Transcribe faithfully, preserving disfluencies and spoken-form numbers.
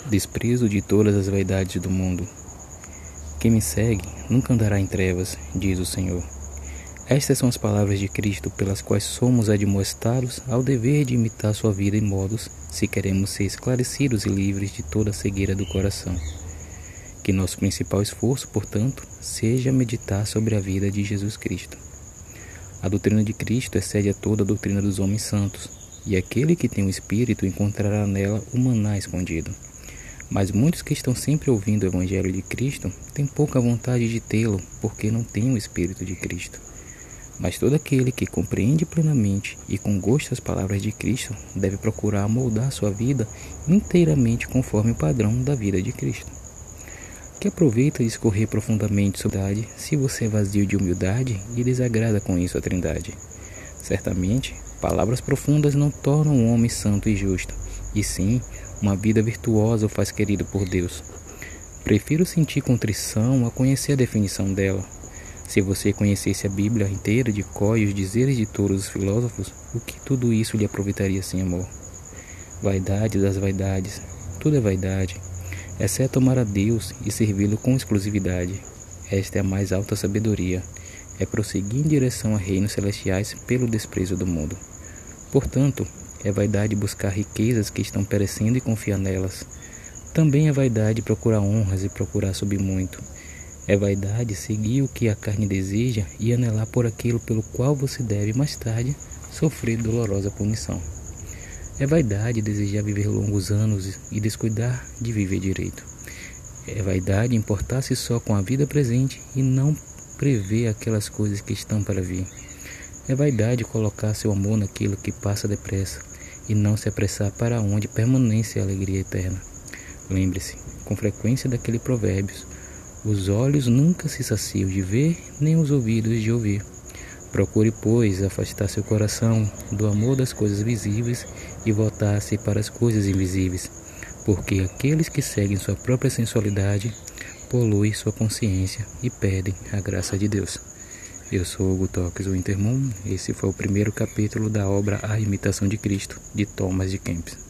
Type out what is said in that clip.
Desprezo de todas as vaidades do mundo. Quem me segue nunca andará em trevas, diz o Senhor. Estas são as palavras de Cristo pelas quais somos admoestados ao dever de imitar sua vida e modos, se queremos ser esclarecidos e livres de toda a cegueira do coração. Que nosso principal esforço, portanto, seja meditar sobre a vida de Jesus Cristo. A doutrina de Cristo excede a toda a doutrina dos homens santos, e aquele que tem o Espírito encontrará nela o maná escondido. Mas muitos que estão sempre ouvindo o Evangelho de Cristo têm pouca vontade de tê-lo, porque não têm o Espírito de Cristo. Mas todo aquele que compreende plenamente e com gosto as palavras de Cristo deve procurar moldar sua vida inteiramente conforme o padrão da vida de Cristo. Que aproveita discorrer profundamente sobre a verdade se você é vazio de humildade e desagrada com isso a Trindade. Certamente, palavras profundas não tornam um homem santo e justo, e sim, uma vida virtuosa o faz querido por Deus. Prefiro sentir contrição a conhecer a definição dela. Se você conhecesse a Bíblia inteira de cor e os dizeres de todos os filósofos, o que tudo isso lhe aproveitaria sem amor? Vaidade das vaidades, tudo é vaidade, exceto amar a Deus e servi-lo com exclusividade. Esta é a mais alta sabedoria, é prosseguir em direção a reinos celestiais pelo desprezo do mundo. Portanto, é vaidade buscar riquezas que estão perecendo e confiar nelas. Também é vaidade procurar honras e procurar subir muito. É vaidade seguir o que a carne deseja e anelar por aquilo pelo qual você deve, mais tarde, sofrer dolorosa punição. É vaidade desejar viver longos anos e descuidar de viver direito. É vaidade importar-se só com a vida presente e não prever aquelas coisas que estão para vir. É vaidade colocar seu amor naquilo que passa depressa e não se apressar para onde permanece a alegria eterna. Lembre-se, com frequência, daquele provérbio: os olhos nunca se saciam de ver, nem os ouvidos de ouvir. Procure, pois, afastar seu coração do amor das coisas visíveis e voltar-se para as coisas invisíveis, porque aqueles que seguem sua própria sensualidade poluem sua consciência e perdem a graça de Deus. Eu sou Hugo Toques, o Intermum. Esse foi o primeiro capítulo da obra A Imitação de Cristo, de Thomas de Kempis.